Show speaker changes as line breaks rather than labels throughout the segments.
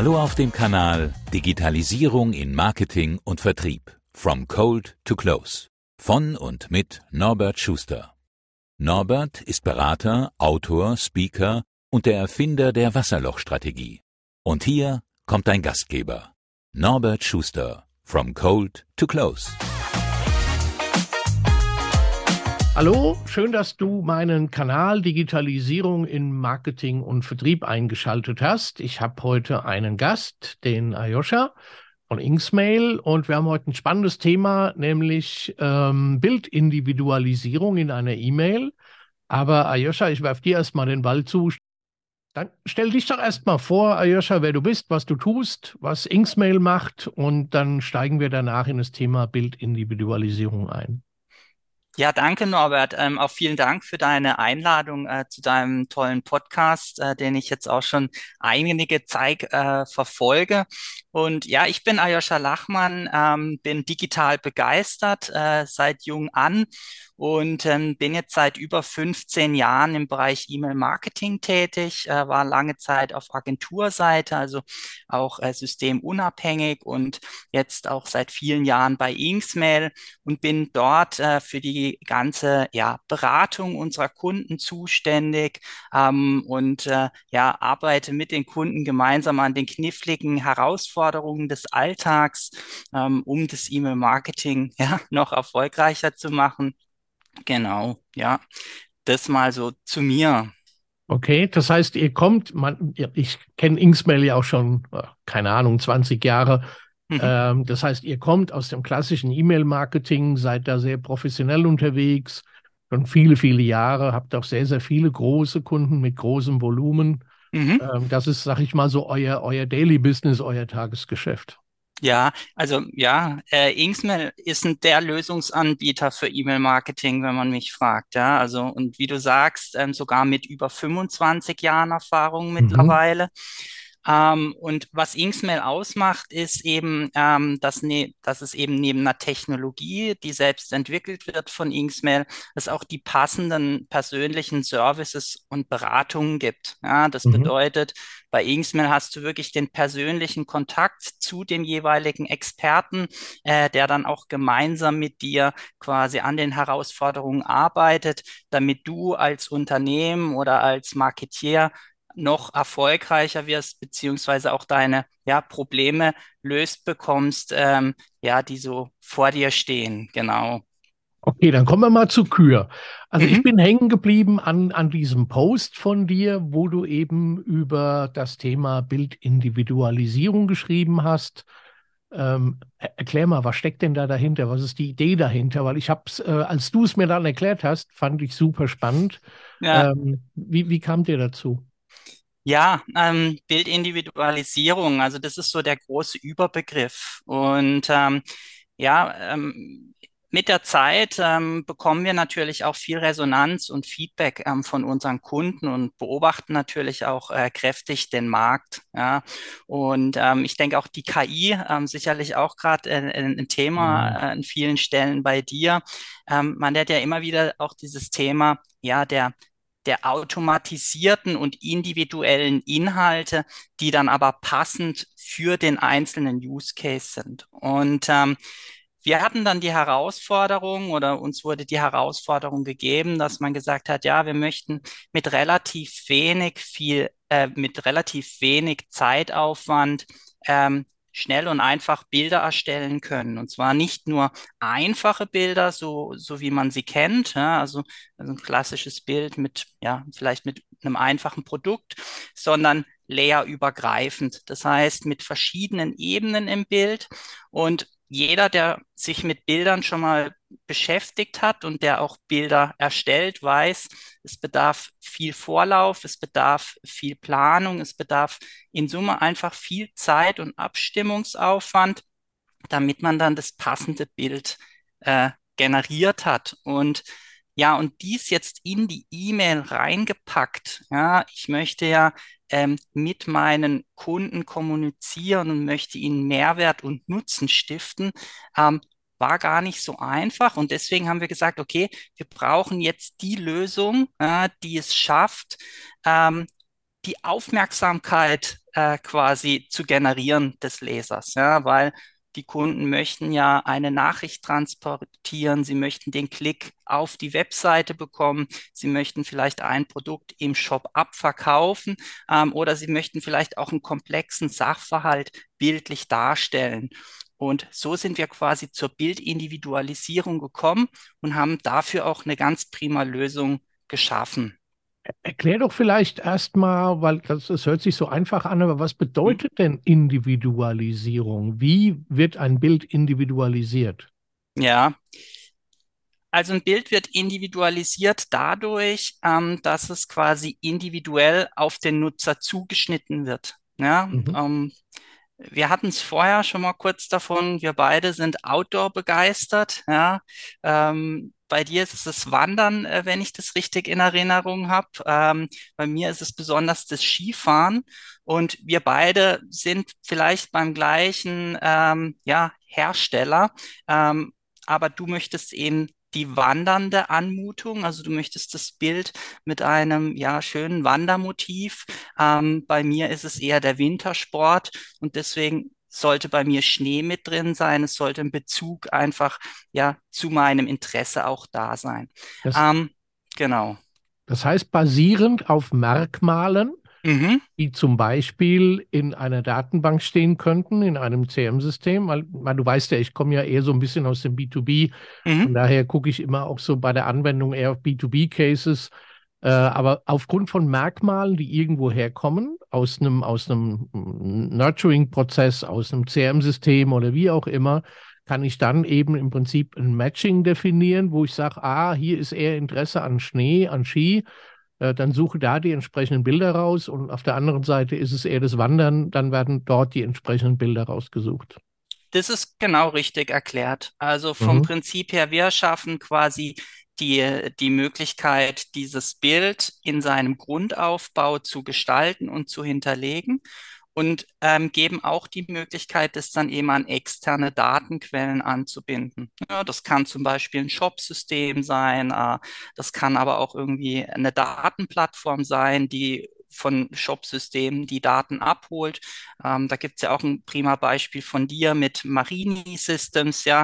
Hallo auf dem Kanal Digitalisierung in Marketing und Vertrieb. From Cold to Close. Von und mit Norbert Schuster. Norbert ist Berater, Autor, Speaker und der Erfinder der Wasserlochstrategie. Und hier kommt dein Gastgeber, Norbert Schuster. From Cold to Close.
Hallo, schön, dass du meinen Kanal Digitalisierung in Marketing und Vertrieb eingeschaltet hast. Ich habe heute einen Gast, den Aljoscha von Inksmail, und wir haben heute ein spannendes Thema, nämlich Bildindividualisierung in einer E-Mail. Aber Aljoscha, ich werfe dir erstmal den Ball zu. Dann stell dich doch erstmal vor, Aljoscha, wer du bist, was du tust, was Inksmail macht, und dann steigen wir danach in das Thema Bildindividualisierung ein.
Ja, danke Norbert. Auch vielen Dank für deine Einladung zu deinem tollen Podcast, den ich jetzt auch schon einige Zeit verfolge. Und ja, ich bin Aljoscha Lachmann, bin digital begeistert seit jung an und bin jetzt seit über 15 Jahren im Bereich E-Mail-Marketing tätig, war lange Zeit auf Agenturseite, also auch systemunabhängig, und jetzt auch seit vielen Jahren bei Inksmail und bin dort für die ganze Beratung unserer Kunden zuständig, und arbeite mit den Kunden gemeinsam an den kniffligen Herausforderungen des Alltags, um das E-Mail-Marketing noch erfolgreicher zu machen. Genau, ja, das mal so zu mir.
Okay, das heißt, ich kenne Inksmail ja auch schon, keine Ahnung, 20 Jahre.
Mhm.
Das heißt, ihr kommt aus dem klassischen E-Mail-Marketing, seid da sehr professionell unterwegs, schon viele, viele Jahre, habt auch sehr, sehr viele große Kunden mit großem Volumen.
Mhm.
Das ist, sag ich mal, so euer Daily Business, euer Tagesgeschäft.
Ja, also Inksmail ist der Lösungsanbieter für E-Mail-Marketing, wenn man mich fragt. Ja, also und wie du sagst, sogar mit über 25 Jahren Erfahrung
Mhm.
mittlerweile. Und was Inksmail ausmacht, ist eben, dass es eben neben einer Technologie, die selbst entwickelt wird von Inksmail, es auch die passenden persönlichen Services und Beratungen gibt. Ja, das
Mhm.
bedeutet, bei Inksmail hast du wirklich den persönlichen Kontakt zu dem jeweiligen Experten, der dann auch gemeinsam mit dir quasi an den Herausforderungen arbeitet, damit du als Unternehmen oder als Marketier noch erfolgreicher wirst, beziehungsweise auch deine Probleme löst bekommst, die so vor dir stehen. Genau.
Okay, dann kommen wir mal zu Kür. Also ich
Mhm.
bin hängen geblieben an diesem Post von dir, wo du eben über das Thema Bildindividualisierung geschrieben hast. Erklär mal, was steckt denn da dahinter? Was ist die Idee dahinter? Weil ich habe es, als du es mir dann erklärt hast, fand ich super spannend.
Ja,
Wie kam dir dazu?
ja, Bildindividualisierung, also das ist so der große Überbegriff. Und ja, ähm, mit der Zeit bekommen wir natürlich auch viel Resonanz und Feedback von unseren Kunden und beobachten natürlich auch kräftig den Markt. Ja. Und ich denke auch die KI, sicherlich auch gerade ein Thema
Mhm.
an vielen Stellen bei dir. Man hat ja immer wieder auch dieses Thema, der automatisierten und individuellen Inhalte, die dann aber passend für den einzelnen Use Case sind. Und wir hatten dann die Herausforderung, oder uns wurde die Herausforderung gegeben, dass man gesagt hat, ja, wir möchten mit relativ wenig Zeitaufwand schnell und einfach Bilder erstellen können. Und zwar nicht nur einfache Bilder, so wie man sie kennt, ja, also ein klassisches Bild mit, vielleicht mit einem einfachen Produkt, sondern layerübergreifend. Das heißt, mit verschiedenen Ebenen im Bild, und jeder, der sich mit Bildern schon mal beschäftigt hat und der auch Bilder erstellt, weiß, es bedarf viel Vorlauf, es bedarf viel Planung, es bedarf in Summe einfach viel Zeit und Abstimmungsaufwand, damit man dann das passende Bild generiert hat. Und ja, und dies jetzt in die E-Mail reingepackt. Ja, ich möchte ja mit meinen Kunden kommunizieren und möchte ihnen Mehrwert und Nutzen stiften. War gar nicht so einfach, und deswegen haben wir gesagt, okay, wir brauchen jetzt die Lösung, die es schafft, ähm, die Aufmerksamkeit quasi zu generieren des Lesers, ja, weil die Kunden möchten ja eine Nachricht transportieren, sie möchten den Klick auf die Webseite bekommen, sie möchten vielleicht ein Produkt im Shop abverkaufen, oder sie möchten vielleicht auch einen komplexen Sachverhalt bildlich darstellen. Und so sind wir quasi zur Bildindividualisierung gekommen und haben dafür auch eine ganz prima Lösung geschaffen.
Erklär doch vielleicht erstmal, weil das hört sich so einfach an, aber was bedeutet denn Individualisierung? Wie wird ein Bild individualisiert?
Ja, also ein Bild wird individualisiert dadurch, dass es quasi individuell auf den Nutzer zugeschnitten wird. Ja,
Mhm.
wir hatten es vorher schon mal kurz davon, wir beide sind Outdoor begeistert. Ja. Bei dir ist es das Wandern, wenn ich das richtig in Erinnerung habe. Bei mir ist es besonders das Skifahren. Und wir beide sind vielleicht beim gleichen ja, Hersteller, aber du möchtest eben die wandernde Anmutung, also du möchtest das Bild mit einem ja schönen Wandermotiv. Bei mir ist es eher der Wintersport und deswegen sollte bei mir Schnee mit drin sein. Es sollte ein Bezug einfach ja zu meinem Interesse auch da sein.
Das,
Ähm, genau.
das heißt, basierend auf Merkmalen,
Mhm,
die zum Beispiel in einer Datenbank stehen könnten, in einem CM-System, weil du weißt ja, ich komme ja eher so ein bisschen aus dem B2B,
mhm,
von daher gucke ich immer auch so bei der Anwendung eher auf B2B-Cases, aber aufgrund von Merkmalen, die irgendwo herkommen, aus einem Nurturing-Prozess, aus einem CM-System oder wie auch immer, kann ich dann eben im Prinzip ein Matching definieren, wo ich sage, ah, hier ist eher Interesse an Schnee, an Ski, dann suche da die entsprechenden Bilder raus und auf der anderen Seite ist es eher das Wandern, dann werden dort die entsprechenden Bilder rausgesucht.
das ist genau richtig erklärt. Also vom
Mhm.
Prinzip her, wir schaffen quasi die Möglichkeit, dieses Bild in seinem Grundaufbau zu gestalten und zu hinterlegen und geben auch die Möglichkeit, das dann eben an externe Datenquellen anzubinden. Ja, das kann zum Beispiel ein Shop-System sein, das kann aber auch irgendwie eine Datenplattform sein, die von Shop-Systemen die Daten abholt. Da gibt es ja auch ein prima Beispiel von dir mit Marini Systems, ja,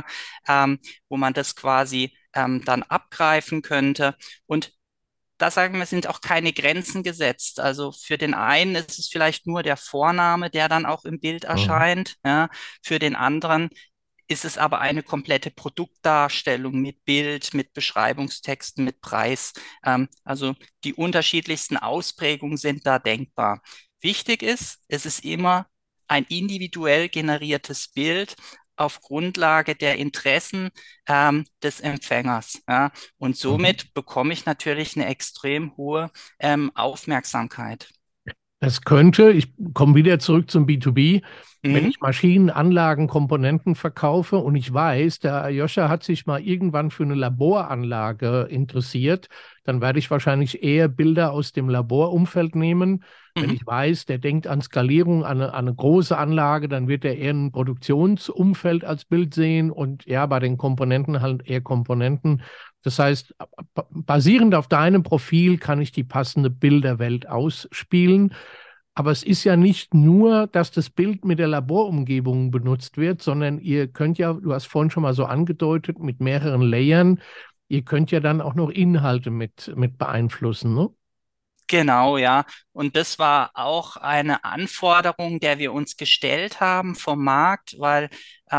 wo man das quasi dann abgreifen könnte. Und da sagen wir, sind auch keine Grenzen gesetzt. Also für den einen ist es vielleicht nur der Vorname, der dann auch im Bild
Mhm.
erscheint. Ja. Für den anderen ist es aber eine komplette Produktdarstellung mit Bild, mit Beschreibungstexten, mit Preis. Also die unterschiedlichsten Ausprägungen sind da denkbar. Wichtig ist, es ist immer ein individuell generiertes Bild auf Grundlage der Interessen des Empfängers. Ja? Und
Mhm.
somit bekomme ich natürlich eine extrem hohe Aufmerksamkeit.
Das könnte, ich komme wieder zurück zum B2B, wenn
Mhm.
ich Maschinen, Anlagen, Komponenten verkaufe und ich weiß, der Aljoscha hat sich mal irgendwann für eine Laboranlage interessiert, dann werde ich wahrscheinlich eher Bilder aus dem Laborumfeld nehmen. Wenn
Mhm.
ich weiß, der denkt an Skalierung, an eine große Anlage, dann wird er eher ein Produktionsumfeld als Bild sehen und ja, bei den Komponenten halt eher Komponenten. Das heißt, basierend auf deinem Profil kann ich die passende Bilderwelt ausspielen. Aber es ist ja nicht nur, dass das Bild mit der Laborumgebung benutzt wird, sondern ihr könnt ja, du hast vorhin schon mal so angedeutet, mit mehreren Layern, ihr könnt ja dann auch noch Inhalte mit beeinflussen, ne?
Genau, ja. Und das war auch eine Anforderung, der wir uns gestellt haben vom Markt, weil,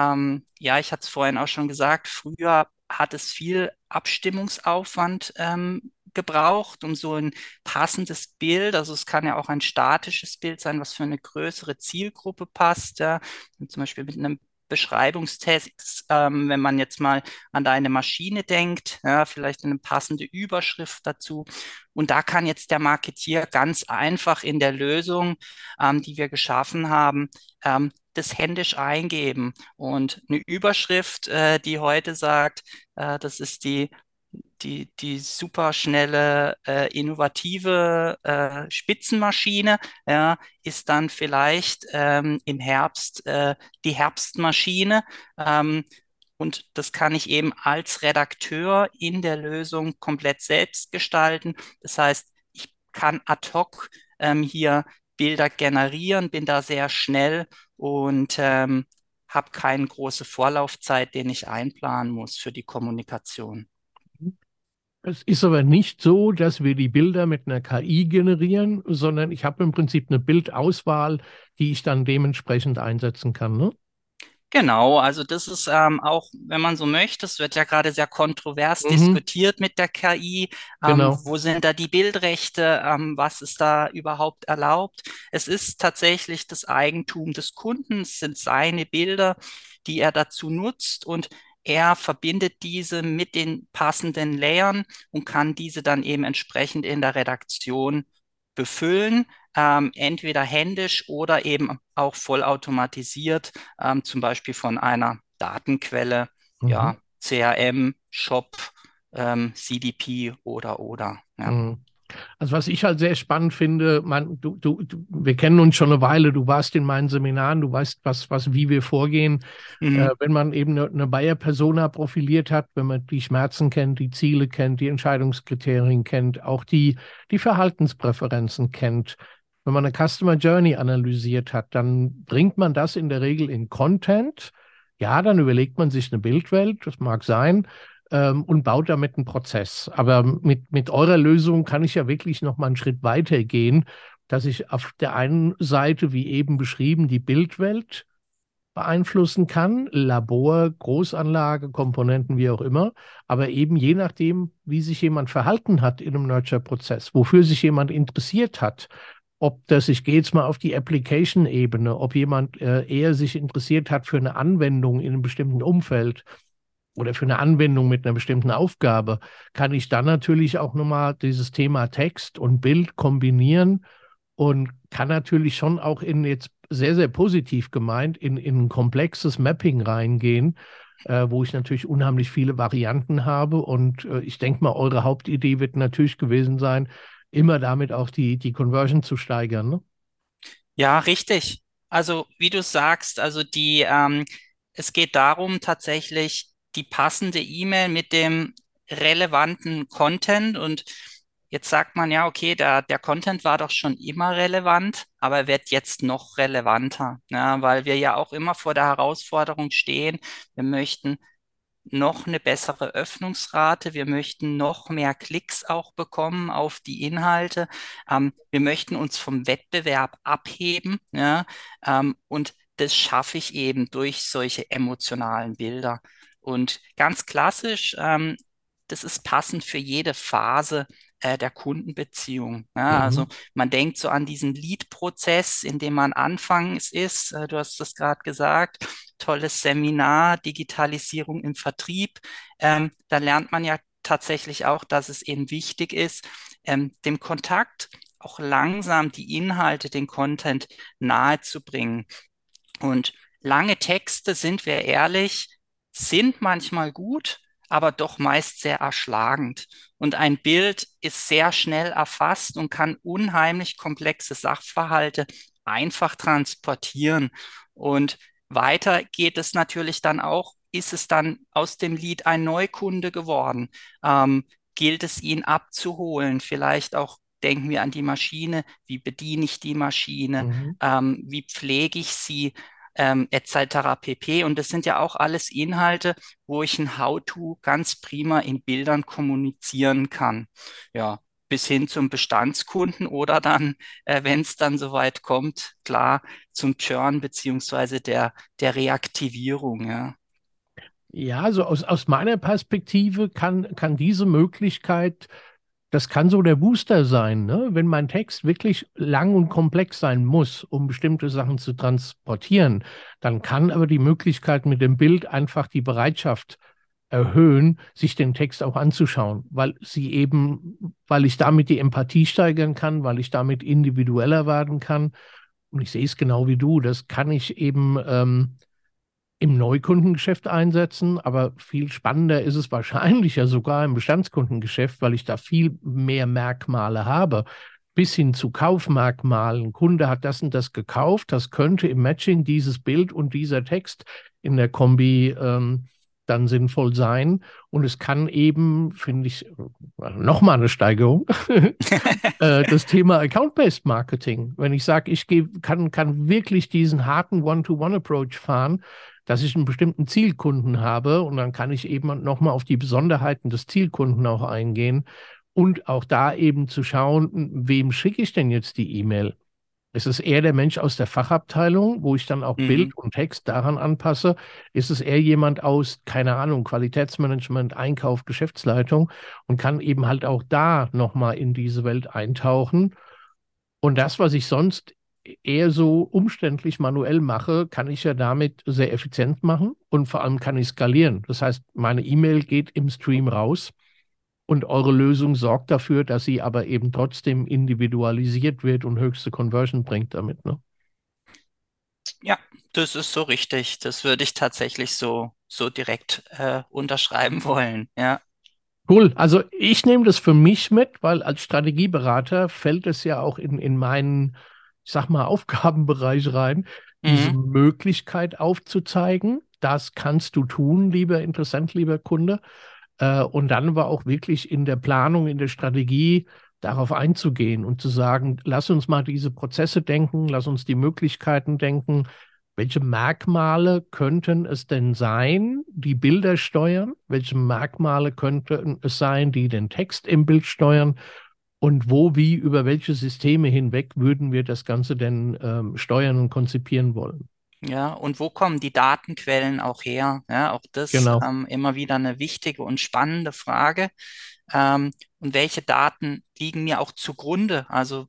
ja, ich hatte es vorhin auch schon gesagt, früher hat es viel Abstimmungsaufwand gebraucht, um so ein passendes Bild, also es kann ja auch ein statisches Bild sein, was für eine größere Zielgruppe passt, ja. Zum Beispiel mit einem Beschreibungstext, wenn man jetzt mal an deine Maschine denkt, ja, vielleicht eine passende Überschrift dazu. Und da kann jetzt der Marketier ganz einfach in der Lösung, die wir geschaffen haben, das händisch eingeben. Und eine Überschrift, die heute sagt, das ist die super schnelle, innovative Spitzenmaschine, ja, ist dann vielleicht im Herbst die Herbstmaschine. Ähm, und das kann ich eben als Redakteur in der Lösung komplett selbst gestalten. Das heißt, ich kann ad hoc hier Bilder generieren, bin da sehr schnell und habe keine große Vorlaufzeit, den ich einplanen muss für die Kommunikation.
Es ist aber nicht so, dass wir die Bilder mit einer KI generieren, sondern ich habe im Prinzip eine Bildauswahl, die ich dann dementsprechend einsetzen kann, ne?
Genau, also das ist auch, wenn man so möchte, es wird ja gerade sehr kontrovers
Mhm,
diskutiert mit der KI.
genau.
Wo sind da die Bildrechte? Was ist da überhaupt erlaubt? Es ist tatsächlich das Eigentum des Kunden, es sind seine Bilder, die er dazu nutzt und er verbindet diese mit den passenden Layern und kann diese dann eben entsprechend in der Redaktion befüllen, entweder händisch oder eben auch vollautomatisiert, zum Beispiel von einer Datenquelle,
Mhm.
ja, CRM, Shop, CDP oder. Ja.
Mhm. Also was ich halt sehr spannend finde, wir kennen uns schon eine Weile, du warst in meinen Seminaren, du weißt, wie wir vorgehen.
Mhm.
Wenn man eben eine Buyer-Persona profiliert hat, wenn man die Schmerzen kennt, die Ziele kennt, die Entscheidungskriterien kennt, auch die Verhaltenspräferenzen kennt. Wenn man eine Customer Journey analysiert hat, dann bringt man das in der Regel in Content. Ja, dann überlegt man sich eine Bildwelt, das mag sein, und baut damit einen Prozess. Aber mit eurer Lösung kann ich ja wirklich noch mal einen Schritt weiter gehen, dass ich auf der einen Seite, wie eben beschrieben, die Bildwelt beeinflussen kann, Labor, Großanlage, Komponenten, wie auch immer, aber eben je nachdem, wie sich jemand verhalten hat in einem Nurture-Prozess, wofür sich jemand interessiert hat, ob das, ich gehe jetzt mal auf die Application-Ebene, ob jemand eher sich interessiert hat für eine Anwendung in einem bestimmten Umfeld oder für eine Anwendung mit einer bestimmten Aufgabe, kann ich dann natürlich auch nochmal dieses Thema Text und Bild kombinieren und kann natürlich schon auch in jetzt sehr, sehr positiv gemeint in ein komplexes Mapping reingehen, wo ich natürlich unheimlich viele Varianten habe. Und ich denke mal, eure Hauptidee wird natürlich gewesen sein, immer damit auch die Conversion zu steigern, ne?
Ja, richtig. Also, wie du sagst, es geht darum, tatsächlich die passende E-Mail mit dem relevanten Content und jetzt sagt man ja, okay, der Content war doch schon immer relevant, aber er wird jetzt noch relevanter, ja, weil wir ja auch immer vor der Herausforderung stehen, wir möchten noch eine bessere Öffnungsrate. Wir möchten noch mehr Klicks auch bekommen auf die Inhalte. Wir möchten uns vom Wettbewerb abheben, ja, und das schaffe ich eben durch solche emotionalen Bilder. Und ganz klassisch, das ist passend für jede Phase der Kundenbeziehung. Ja, also
Mhm.
man denkt so an diesen Lead-Prozess, in dem man anfangs ist. Du hast das gerade gesagt, tolles Seminar, Digitalisierung im Vertrieb. Da lernt man ja tatsächlich auch, dass es eben wichtig ist, dem Kontakt auch langsam die Inhalte, den Content nahezubringen. Und lange Texte, sind wir ehrlich, sind manchmal gut, aber doch meist sehr erschlagend. Und ein Bild ist sehr schnell erfasst und kann unheimlich komplexe Sachverhalte einfach transportieren. Und weiter geht es natürlich dann auch, ist es dann aus dem Lied ein Neukunde geworden? Gilt es ihn abzuholen? Vielleicht auch denken wir an die Maschine. Wie bediene ich die Maschine?
Mhm.
Wie pflege ich sie, etc. pp. Und das sind ja auch alles Inhalte, wo ich ein How-to ganz prima in Bildern kommunizieren kann. Ja, bis hin zum Bestandskunden oder dann, wenn es dann soweit kommt, klar, zum Churn beziehungsweise der Reaktivierung, ja.
Ja, also aus meiner Perspektive kann diese Möglichkeit, das kann so der Booster sein, ne? Wenn mein Text wirklich lang und komplex sein muss, um bestimmte Sachen zu transportieren, dann kann aber die Möglichkeit mit dem Bild einfach die Bereitschaft erhöhen, sich den Text auch anzuschauen, weil ich damit die Empathie steigern kann, weil ich damit individueller werden kann. Und ich sehe es genau wie du, das kann ich eben im Neukundengeschäft einsetzen, aber viel spannender ist es wahrscheinlich ja sogar im Bestandskundengeschäft, weil ich da viel mehr Merkmale habe, bis hin zu Kaufmerkmalen. Ein Kunde hat das und das gekauft, das könnte im Matching dieses Bild und dieser Text in der Kombi dann sinnvoll sein. Und es kann eben, finde ich, nochmal eine Steigerung, das Thema Account-Based Marketing. Wenn ich sage, kann wirklich diesen harten One-to-One-Approach fahren, dass ich einen bestimmten Zielkunden habe und dann kann ich eben nochmal auf die Besonderheiten des Zielkunden auch eingehen und auch da eben zu schauen, wem schicke ich denn jetzt die E-Mail? Ist es eher der Mensch aus der Fachabteilung, wo ich dann auch Bild und Text daran anpasse? Ist es eher jemand aus, keine Ahnung, Qualitätsmanagement, Einkauf, Geschäftsleitung und kann eben halt auch da nochmal in diese Welt eintauchen? Und das, was ich sonst eher so umständlich manuell mache, kann ich ja damit sehr effizient machen und vor allem kann ich skalieren. Das heißt, meine E-Mail geht im Stream raus. Und eure Lösung sorgt dafür, dass sie aber eben trotzdem individualisiert wird und höchste Conversion bringt damit, ne?
Ja, das ist so richtig. Das würde ich tatsächlich so direkt unterschreiben wollen. Ja.
Cool. Also ich nehme das für mich mit, weil als Strategieberater fällt es ja auch in meinen, ich sag mal, Aufgabenbereich rein, diese
Mhm.
Möglichkeit aufzuzeigen. Das kannst du tun, lieber Interessent, lieber Kunde. Und dann war auch wirklich in der Planung, in der Strategie darauf einzugehen und zu sagen, lass uns mal diese Prozesse denken, lass uns die Möglichkeiten denken. Welche Merkmale könnten es denn sein, die Bilder steuern? Welche Merkmale könnten es sein, die den Text im Bild steuern? Und wo, wie, über welche Systeme hinweg würden wir das Ganze denn steuern und konzipieren wollen?
Ja, und wo kommen die Datenquellen auch her? Ja, auch das
Genau.
immer wieder eine wichtige und spannende Frage. Und welche Daten liegen mir auch zugrunde? Also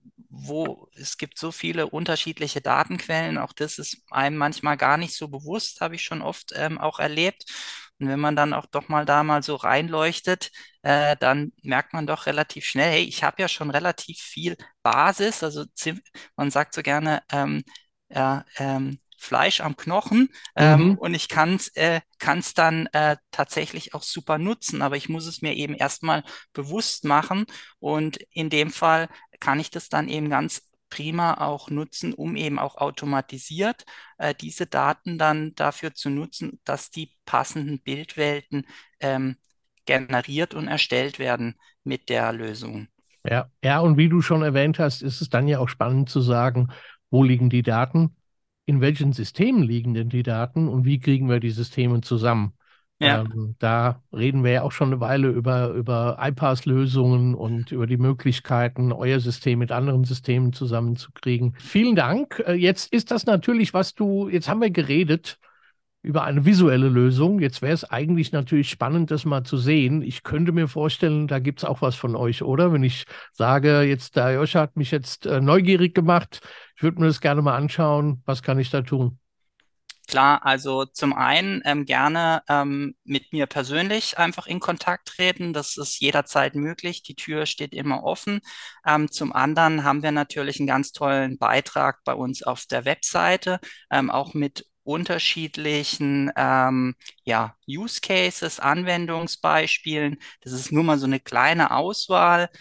es gibt so viele unterschiedliche Datenquellen, auch das ist einem manchmal gar nicht so bewusst, habe ich schon oft auch erlebt. Und wenn man dann auch doch mal da mal so reinleuchtet, dann merkt man doch relativ schnell, hey, ich habe ja schon relativ viel Basis, also man sagt so gerne, ja, Fleisch am Knochen,
Mhm.
und ich kann's dann tatsächlich auch super nutzen, aber ich muss es mir eben erstmal bewusst machen und in dem Fall kann ich das dann eben ganz prima auch nutzen, um eben auch automatisiert diese Daten dann dafür zu nutzen, dass die passenden Bildwelten ähm, generiert und erstellt werden mit der Lösung.
Ja, ja, und wie du schon erwähnt hast, ist es dann ja auch spannend zu sagen, wo liegen die Daten, in welchen Systemen liegen denn die Daten und wie kriegen wir die Systeme zusammen?
Ja.
Da reden wir ja auch schon eine Weile über iPaaS-Lösungen und über die Möglichkeiten, euer System mit anderen Systemen zusammenzukriegen. Vielen Dank. Jetzt ist das natürlich, jetzt haben wir geredet über eine visuelle Lösung. Jetzt wäre es eigentlich natürlich spannend, das mal zu sehen. Ich könnte mir vorstellen, da gibt es auch was von euch, oder? Wenn ich sage, jetzt der Joscha hat mich jetzt neugierig gemacht, ich würde mir das gerne mal anschauen. Was kann ich da tun?
Klar, also zum einen gerne mit mir persönlich einfach in Kontakt treten. Das ist jederzeit möglich. Die Tür steht immer offen. Zum anderen haben wir natürlich einen ganz tollen Beitrag bei uns auf der Webseite, auch mit unterschiedlichen ja, Use Cases, Anwendungsbeispielen. Das ist nur mal so eine kleine Auswahl.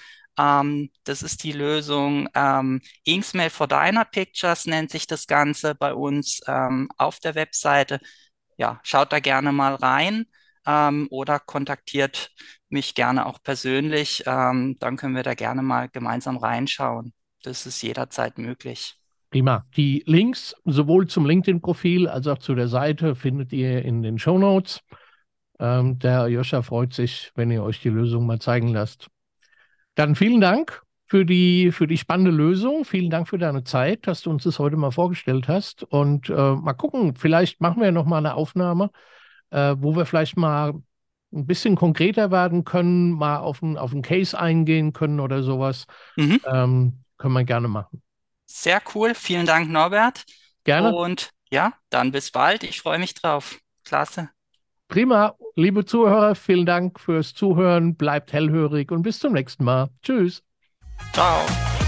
Das ist die Lösung. Inksmail for Dynapictures nennt sich das Ganze bei uns auf der Webseite. Ja, schaut da gerne mal rein oder kontaktiert mich gerne auch persönlich. Dann können wir da gerne mal gemeinsam reinschauen. Das ist jederzeit möglich.
Prima. Die Links sowohl zum LinkedIn-Profil als auch zu der Seite findet ihr in den Shownotes. Der Joscha freut sich, wenn ihr euch die Lösung mal zeigen lasst. Dann vielen Dank für die spannende Lösung. Vielen Dank für deine Zeit, dass du uns das heute mal vorgestellt hast. Und mal gucken, vielleicht machen wir noch mal eine Aufnahme, wo wir vielleicht mal ein bisschen konkreter werden können, mal auf einen Case eingehen können oder sowas.
Mhm.
Können wir gerne machen.
Sehr cool. Vielen Dank, Norbert.
Gerne.
Und ja, dann bis bald. Ich freue mich drauf. Klasse.
Prima. Liebe Zuhörer, vielen Dank fürs Zuhören. Bleibt hellhörig und bis zum nächsten Mal. Tschüss.
Ciao.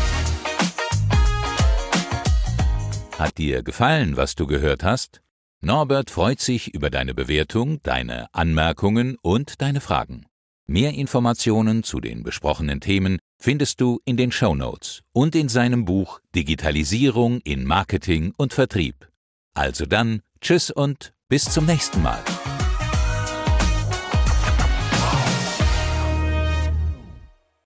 Hat dir gefallen, was du gehört hast? Norbert freut sich über deine Bewertung, deine Anmerkungen und deine Fragen. Mehr Informationen zu den besprochenen Themen findest du in den Shownotes und in seinem Buch Digitalisierung in Marketing und Vertrieb. Also dann, tschüss und bis zum nächsten Mal.